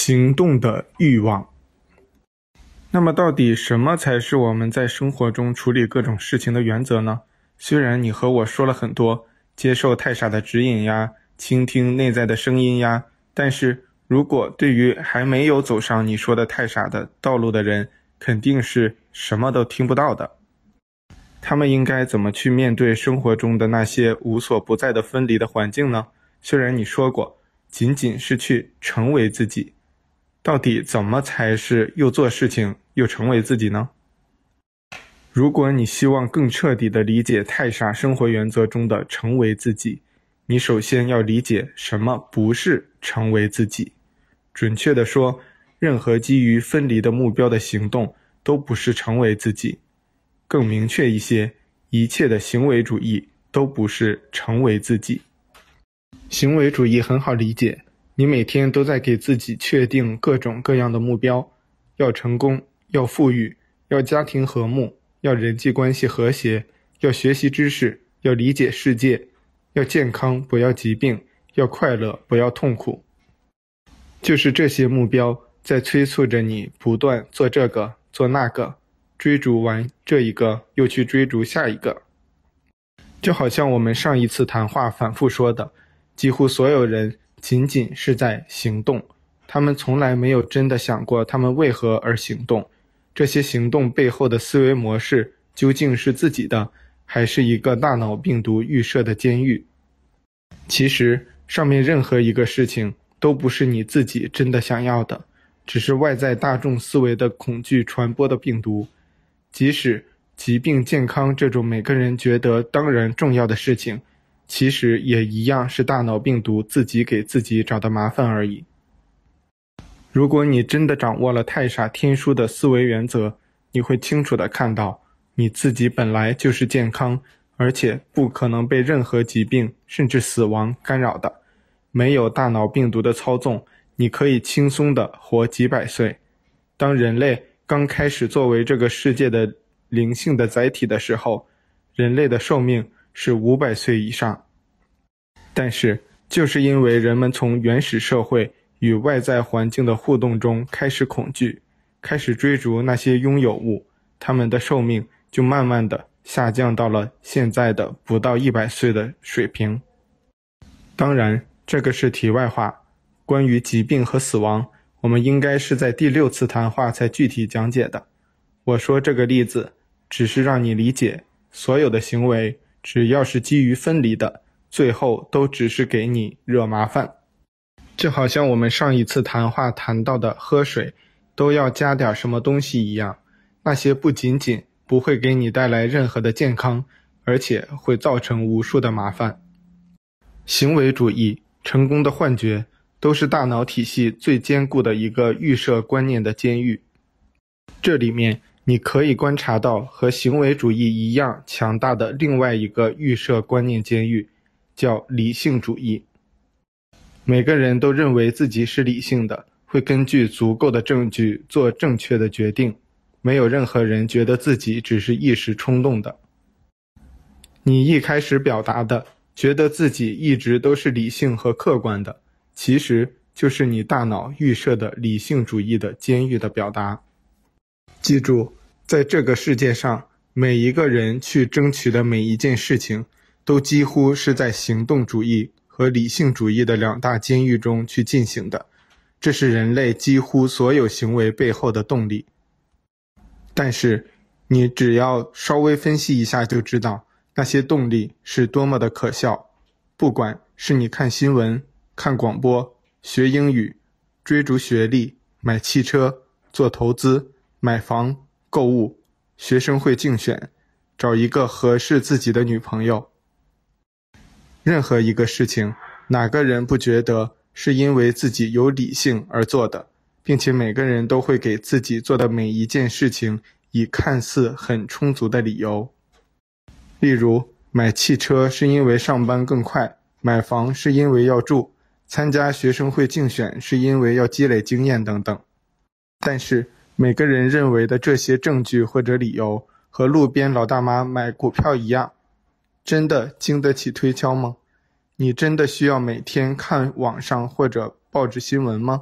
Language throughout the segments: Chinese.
行动的欲望。那么到底什么才是我们在生活中处理各种事情的原则呢？虽然你和我说了很多，接受太傻的指引呀，倾听内在的声音呀，但是如果对于还没有走上你说的太傻的道路的人，肯定是什么都听不到的。他们应该怎么去面对生活中的那些无所不在的分离的环境呢？虽然你说过，仅仅是去成为自己，到底怎么才是又做事情又成为自己呢？如果你希望更彻底地理解太傻生活原则中的成为自己，你首先要理解什么不是成为自己。准确地说，任何基于分离的目标的行动都不是成为自己。更明确一些，一切的行为主义都不是成为自己。行为主义很好理解，你每天都在给自己确定各种各样的目标，要成功，要富裕，要家庭和睦，要人际关系和谐，要学习知识，要理解世界，要健康，不要疾病，要快乐，不要痛苦。就是这些目标在催促着你不断做这个，做那个，追逐完这一个，又去追逐下一个。就好像我们上一次谈话反复说的，几乎所有人仅仅是在行动，他们从来没有真的想过他们为何而行动，这些行动背后的思维模式究竟是自己的，还是一个大脑病毒预设的监狱。其实上面任何一个事情都不是你自己真的想要的，只是外在大众思维的恐惧传播的病毒。即使疾病健康这种每个人觉得当然重要的事情，其实也一样是大脑病毒自己给自己找的麻烦而已。如果你真的掌握了太傻天书的思维原则，你会清楚地看到，你自己本来就是健康，而且不可能被任何疾病甚至死亡干扰的。没有大脑病毒的操纵，你可以轻松地活几百岁。当人类刚开始作为这个世界的灵性的载体的时候，人类的寿命是500岁以上。但是就是因为人们从原始社会与外在环境的互动中开始恐惧，开始追逐那些拥有物，他们的寿命就慢慢的下降到了现在的不到100岁的水平。当然这个是题外话，关于疾病和死亡，我们应该是在第6次谈话才具体讲解的。我说这个例子只是让你理解，所有的行为只要是基于分离的，最后都只是给你惹麻烦。就好像我们上一次谈话谈到的喝水都要加点什么东西一样，那些不仅仅不会给你带来任何的健康，而且会造成无数的麻烦。行为主义、成功的幻觉都是大脑体系最坚固的一个预设观念的监狱。这里面你可以观察到和行为主义一样强大的另外一个预设观念监狱，叫理性主义。每个人都认为自己是理性的，会根据足够的证据做正确的决定，没有任何人觉得自己只是一时冲动的。你一开始表达的觉得自己一直都是理性和客观的，其实就是你大脑预设的理性主义的监狱的表达。记住，在这个世界上，每一个人去争取的每一件事情，都几乎是在行动主义和理性主义的2大监狱中去进行的，这是人类几乎所有行为背后的动力。但是，你只要稍微分析一下就知道，那些动力是多么的可笑。不管是你看新闻、看广播、学英语、追逐学历、买汽车、做投资、买房、购物、学生会竞选、找一个合适自己的女朋友，任何一个事情，哪个人不觉得是因为自己有理性而做的，并且每个人都会给自己做的每一件事情以看似很充足的理由。例如，买汽车是因为上班更快，买房是因为要住，参加学生会竞选是因为要积累经验等等。但是每个人认为的这些证据或者理由和路边老大妈买股票一样，真的经得起推敲吗？你真的需要每天看网上或者报纸新闻吗？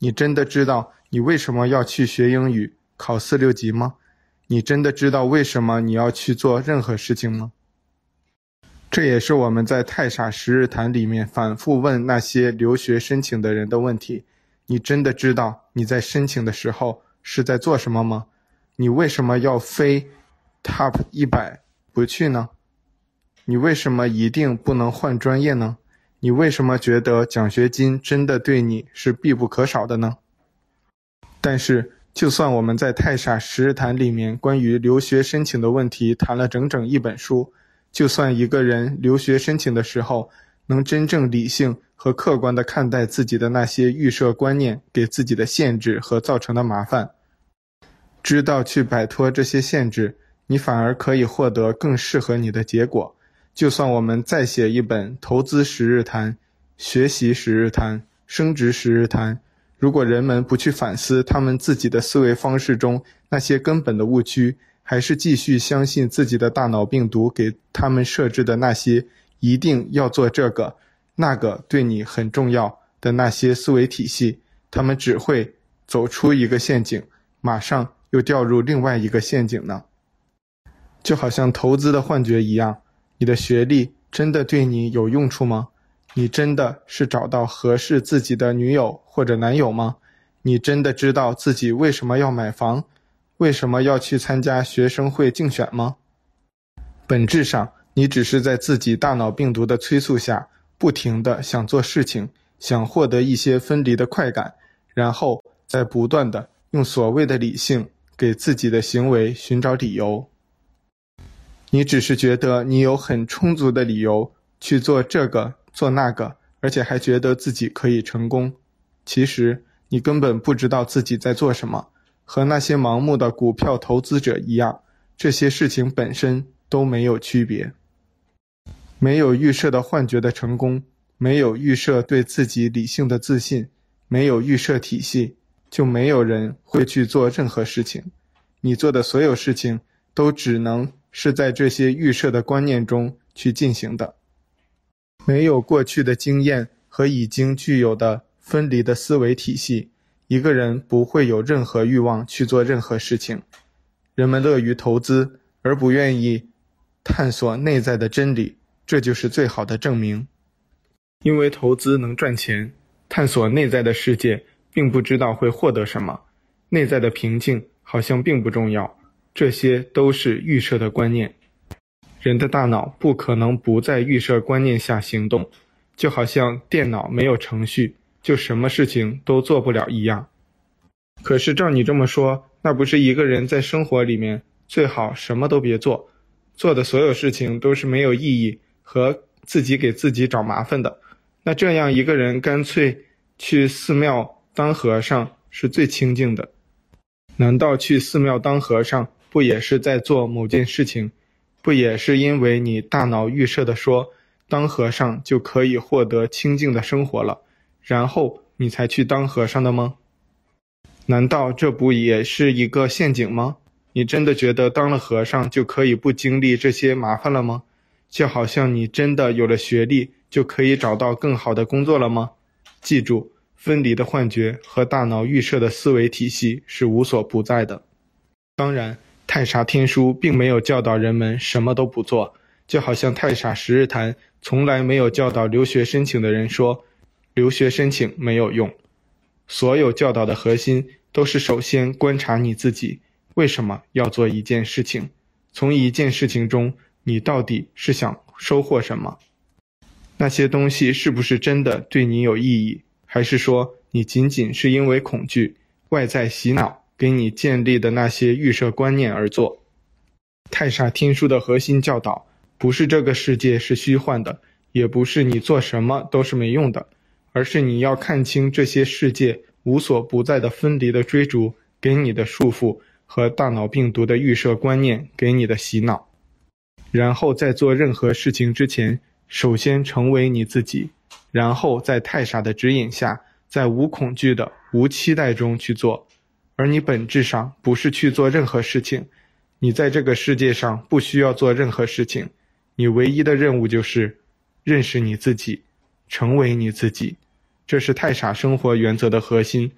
你真的知道你为什么要去学英语、考4、6级吗？你真的知道为什么你要去做任何事情吗？这也是我们在太傻十日谈里面反复问那些留学申请的人的问题。你真的知道你在申请的时候是在做什么吗？你为什么要非 Top 100不去呢？你为什么一定不能换专业呢？你为什么觉得奖学金真的对你是必不可少的呢？但是就算我们在太傻十日谈里面关于留学申请的问题谈了整整1本书，就算一个人留学申请的时候能真正理性和客观地看待自己的那些预设观念给自己的限制和造成的麻烦，知道去摆脱这些限制，你反而可以获得更适合你的结果。就算我们再写一本投资十日谈、学习十日谈、升职十日谈，如果人们不去反思他们自己的思维方式中那些根本的误区，还是继续相信自己的大脑病毒给他们设置的那些一定要做这个、那个对你很重要的那些思维体系，他们只会走出一个陷阱，马上又掉入另外一个陷阱呢。就好像投资的幻觉一样，你的学历真的对你有用处吗？你真的是找到合适自己的女友或者男友吗？你真的知道自己为什么要买房？为什么要去参加学生会竞选吗？本质上，你只是在自己大脑病毒的催促下，不停地想做事情，想获得一些分离的快感，然后再不断地用所谓的理性给自己的行为寻找理由。你只是觉得你有很充足的理由去做这个做那个，而且还觉得自己可以成功。其实你根本不知道自己在做什么，和那些盲目的股票投资者一样，这些事情本身都没有区别。没有预设的幻觉的成功，没有预设对自己理性的自信，没有预设体系，就没有人会去做任何事情。你做的所有事情都只能是在这些预设的观念中去进行的。没有过去的经验和已经具有的分离的思维体系，一个人不会有任何欲望去做任何事情。人们乐于投资，而不愿意探索内在的真理，这就是最好的证明。因为投资能赚钱，探索内在的世界，并不知道会获得什么，内在的平静好像并不重要，这些都是预设的观念。人的大脑不可能不在预设观念下行动，就好像电脑没有程序，就什么事情都做不了一样。可是照你这么说，那不是一个人在生活里面最好什么都别做，做的所有事情都是没有意义和自己给自己找麻烦的。那这样一个人干脆去寺庙当和尚是最清静的。难道去寺庙当和尚不也是在做某件事情？不也是因为你大脑预设的说当和尚就可以获得清静的生活了，然后你才去当和尚的吗？难道这不也是一个陷阱吗？你真的觉得当了和尚就可以不经历这些麻烦了吗？就好像你真的有了学历就可以找到更好的工作了吗？记住，分离的幻觉和大脑预设的思维体系是无所不在的。当然，太傻天书并没有教导人们什么都不做，就好像太傻十日谈从来没有教导留学申请的人说留学申请没有用。所有教导的核心都是首先观察你自己为什么要做一件事情，从一件事情中你到底是想收获什么，那些东西是不是真的对你有意义，还是说你仅仅是因为恐惧外在洗脑给你建立的那些预设观念而做。太傻天书的核心教导不是这个世界是虚幻的，也不是你做什么都是没用的，而是你要看清这些世界无所不在的分离的追逐给你的束缚和大脑病毒的预设观念给你的洗脑，然后在做任何事情之前首先成为你自己，然后在太傻的指引下在无恐惧的无期待中去做。而你本质上不是去做任何事情，你在这个世界上不需要做任何事情，你唯一的任务就是认识你自己，成为你自己。这是太傻生活原则的核心，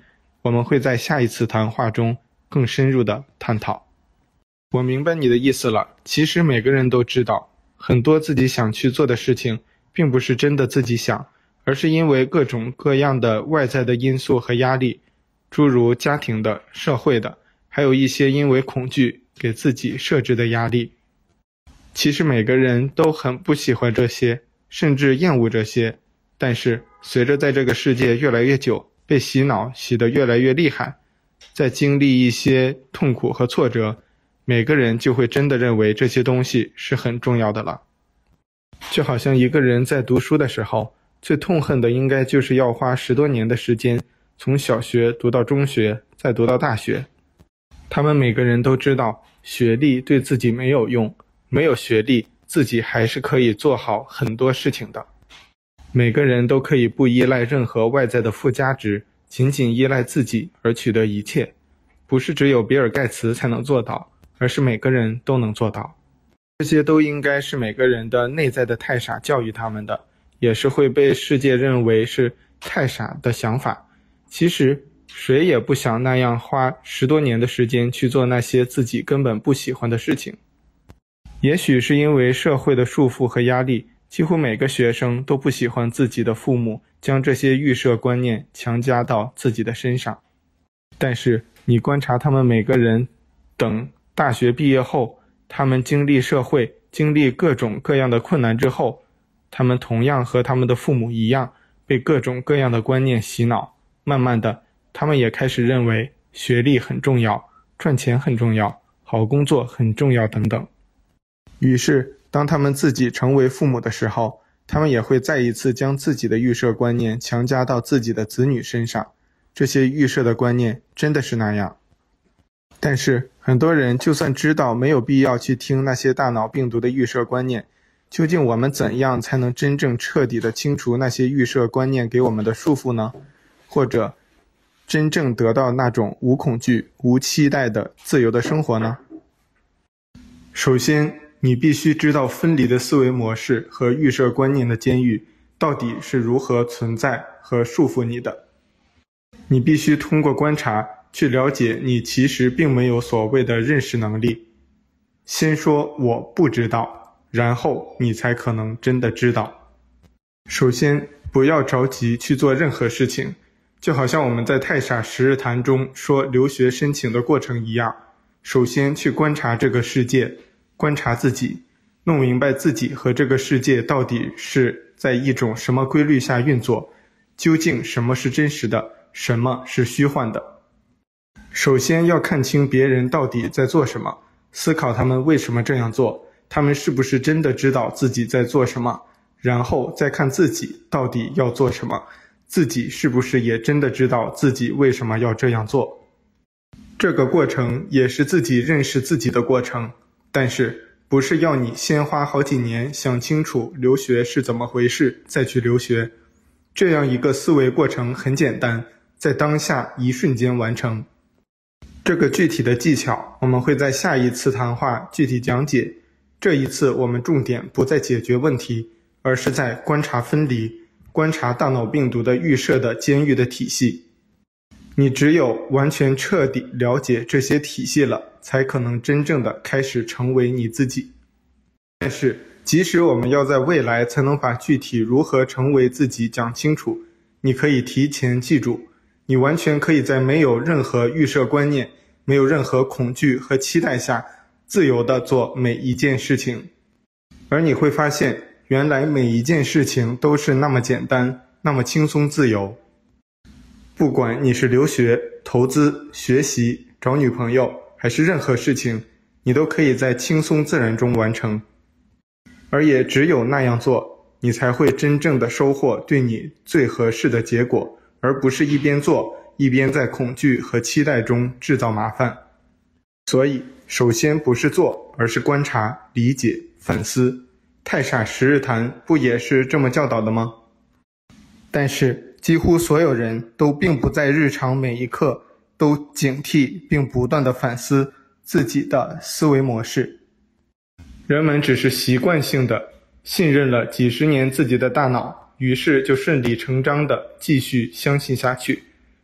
我们会在下一次谈话中更深入的探讨。我明白你的意思了，其实每个人都知道，很多自己想去做的事情，并不是真的自己想，而是因为各种各样的外在的因素和压力，诸如家庭的、社会的，还有一些因为恐惧给自己设置的压力。其实每个人都很不喜欢这些，甚至厌恶这些，但是随着在这个世界越来越久，被洗脑洗得越来越厉害，在经历一些痛苦和挫折，每个人就会真的认为这些东西是很重要的了。就好像一个人在读书的时候，最痛恨的应该就是要花10多年的时间，从小学读到中学，再读到大学。他们每个人都知道，学历对自己没有用，没有学历，自己还是可以做好很多事情的。每个人都可以不依赖任何外在的附加值，仅仅依赖自己而取得一切。不是只有比尔盖茨才能做到，而是每个人都能做到。这些都应该是每个人的内在的太傻教育他们的，也是会被世界认为是太傻的想法。其实谁也不想那样花10多年的时间去做那些自己根本不喜欢的事情。也许是因为社会的束缚和压力，几乎每个学生都不喜欢自己的父母将这些预设观念强加到自己的身上。但是你观察他们每个人，等大学毕业后，他们经历社会，经历各种各样的困难之后，他们同样和他们的父母一样，被各种各样的观念洗脑，慢慢的，他们也开始认为学历很重要，赚钱很重要，好工作很重要等等。于是当他们自己成为父母的时候，他们也会再一次将自己的预设观念强加到自己的子女身上。这些预设的观念真的是那样。但是很多人就算知道没有必要去听那些大脑病毒的预设观念，究竟我们怎样才能真正彻底的清除那些预设观念给我们的束缚呢？或者真正得到那种无恐惧、无期待的自由的生活呢？首先，你必须知道分离的思维模式和预设观念的监狱到底是如何存在和束缚你的。你必须通过观察去了解你其实并没有所谓的认识能力。先说我不知道，然后你才可能真的知道。首先，不要着急去做任何事情，就好像我们在太傻十日谈中说留学申请的过程一样，首先去观察这个世界，观察自己，弄明白自己和这个世界到底是在一种什么规律下运作，究竟什么是真实的，什么是虚幻的。首先要看清别人到底在做什么，思考他们为什么这样做，他们是不是真的知道自己在做什么，然后再看自己到底要做什么，自己是不是也真的知道自己为什么要这样做。这个过程也是自己认识自己的过程，但是不是要你先花好几年想清楚留学是怎么回事再去留学。这样一个思维过程很简单，在当下一瞬间完成。这个具体的技巧我们会在下一次谈话具体讲解。这一次我们重点不在解决问题，而是在观察分离，观察大脑病毒的预设的监狱的体系。你只有完全彻底了解这些体系了，才可能真正的开始成为你自己。但是即使我们要在未来才能把具体如何成为自己讲清楚，你可以提前记住，你完全可以在没有任何预设观念，没有任何恐惧和期待下，自由地做每一件事情。而你会发现，原来每一件事情都是那么简单，那么轻松自由。不管你是留学、投资、学习、找女朋友，还是任何事情，你都可以在轻松自然中完成。而也只有那样做，你才会真正的收获对你最合适的结果，而不是一边做，一边在恐惧和期待中制造麻烦。所以，首先不是做，而是观察、理解、反思。太傻十日谈不也是这么教导的吗？但是，几乎所有人都并不在日常每一刻都警惕并不断地反思自己的思维模式。人们只是习惯性的信任了几十年自己的大脑，于是就顺理成章地继续相信下去，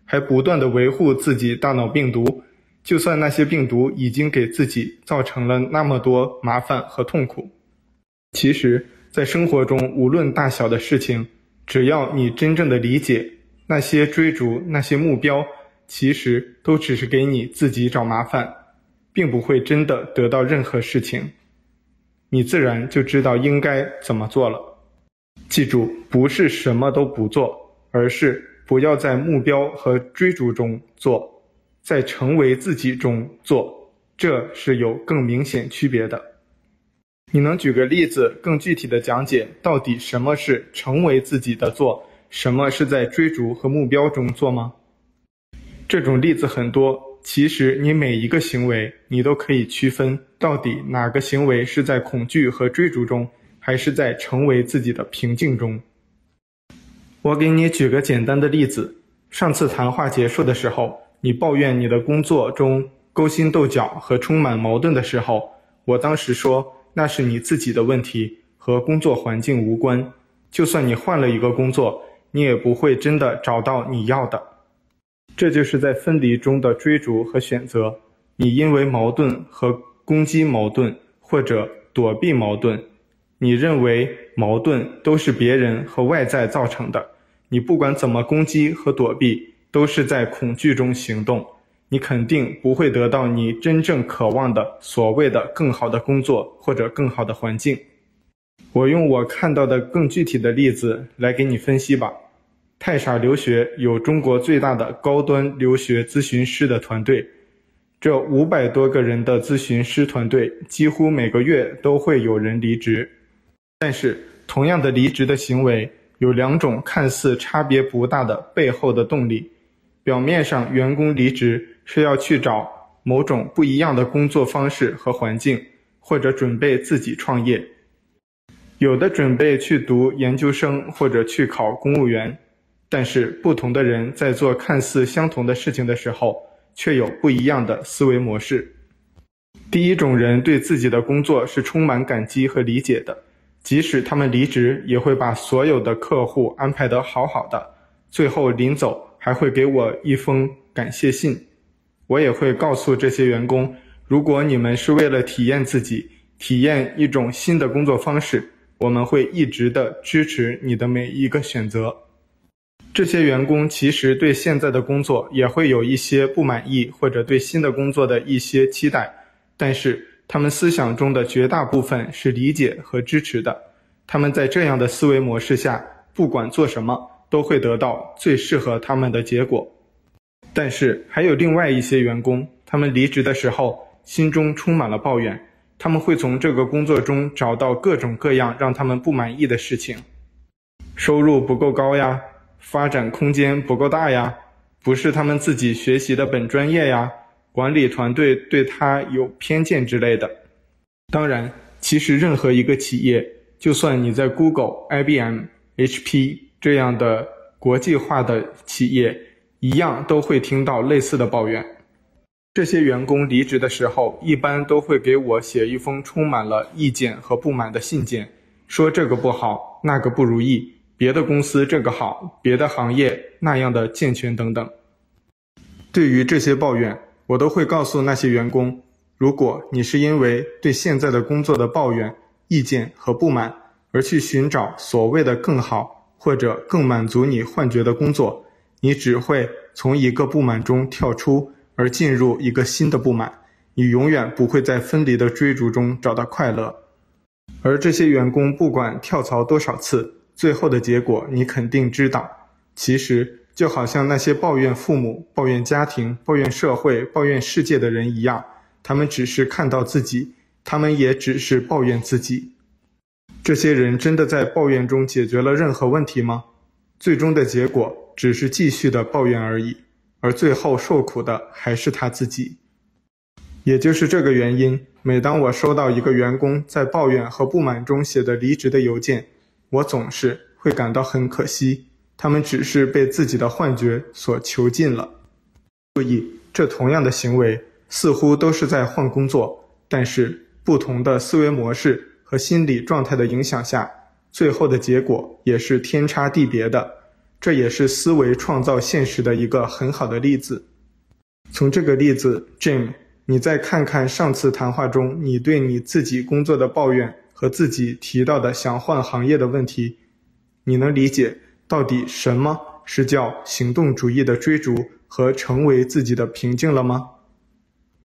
还不断地维护自己大脑病毒，就算那些病毒已经给自己造成了那么多麻烦和痛苦。其实，在生活中无论大小的事情，只要你真正的理解，那些追逐那些目标，其实都只是给你自己找麻烦，并不会真的得到任何事情，你自然就知道应该怎么做了。记住，不是什么都不做，而是不要在目标和追逐中做，在成为自己中做，这是有更明显区别的。你能举个例子，更具体的讲解到底什么是成为自己的做，什么是在追逐和目标中做吗？这种例子很多，其实你每一个行为，你都可以区分到底哪个行为是在恐惧和追逐中，还是在成为自己的平静中。我给你举个简单的例子，上次谈话结束的时候，你抱怨你的工作中勾心斗角和充满矛盾的时候，我当时说那是你自己的问题，和工作环境无关，就算你换了一个工作，你也不会真的找到你要的。这就是在分离中的追逐和选择，你因为矛盾和攻击矛盾，或者躲避矛盾，你认为矛盾都是别人和外在造成的，你不管怎么攻击和躲避，都是在恐惧中行动，你肯定不会得到你真正渴望的所谓的更好的工作或者更好的环境。我用我看到的更具体的例子来给你分析吧。泰傻留学有中国最大的高端留学咨询师的团队，这500多个人的咨询师团队几乎每个月都会有人离职。但是同样的离职的行为，有2种看似差别不大的背后的动力。表面上员工离职是要去找某种不一样的工作方式和环境，或者准备自己创业，有的准备去读研究生或者去考公务员。但是不同的人在做看似相同的事情的时候，却有不一样的思维模式。第一种人对自己的工作是充满感激和理解的，即使他们离职，也会把所有的客户安排得好好的，最后临走还会给我一封感谢信。我也会告诉这些员工，如果你们是为了体验自己，体验一种新的工作方式，我们会一直的支持你的每一个选择。这些员工其实对现在的工作也会有一些不满意，或者对新的工作的一些期待，但是他们思想中的绝大部分是理解和支持的。他们在这样的思维模式下，不管做什么都会得到最适合他们的结果。但是还有另外一些员工，他们离职的时候心中充满了抱怨，他们会从这个工作中找到各种各样让他们不满意的事情，收入不够高呀，发展空间不够大呀，不是他们自己学习的本专业呀，管理团队对他有偏见之类的。当然，其实任何一个企业，就算你在 Google、IBM、HP 这样的国际化的企业，一样都会听到类似的抱怨。这些员工离职的时候，一般都会给我写一封充满了意见和不满的信件，说这个不好，那个不如意，别的公司这个好，别的行业那样的健全等等。对于这些抱怨，我都会告诉那些员工，如果你是因为对现在的工作的抱怨、意见和不满而去寻找所谓的更好或者更满足你幻觉的工作，你只会从一个不满中跳出，而进入一个新的不满，你永远不会在分离的追逐中找到快乐。而这些员工不管跳槽多少次，最后的结果你肯定知道。其实就好像那些抱怨父母、抱怨家庭、抱怨社会、抱怨世界的人一样，他们只是看到自己，他们也只是抱怨自己。这些人真的在抱怨中解决了任何问题吗？最终的结果只是继续的抱怨而已，而最后受苦的还是他自己。也就是这个原因，每当我收到一个员工在抱怨和不满中写的离职的邮件，我总是会感到很可惜，他们只是被自己的幻觉所囚禁了。注意，这同样的行为似乎都是在换工作，但是不同的思维模式和心理状态的影响下，最后的结果也是天差地别的。 这也是思维创造现实的一个很好的例子。从这个例子 Jim， 你再看看上次谈话中你对你自己工作的抱怨和自己提到的想换行业的问题，你能理解到底什么是叫行动主义的追逐和成为自己的瓶颈了吗？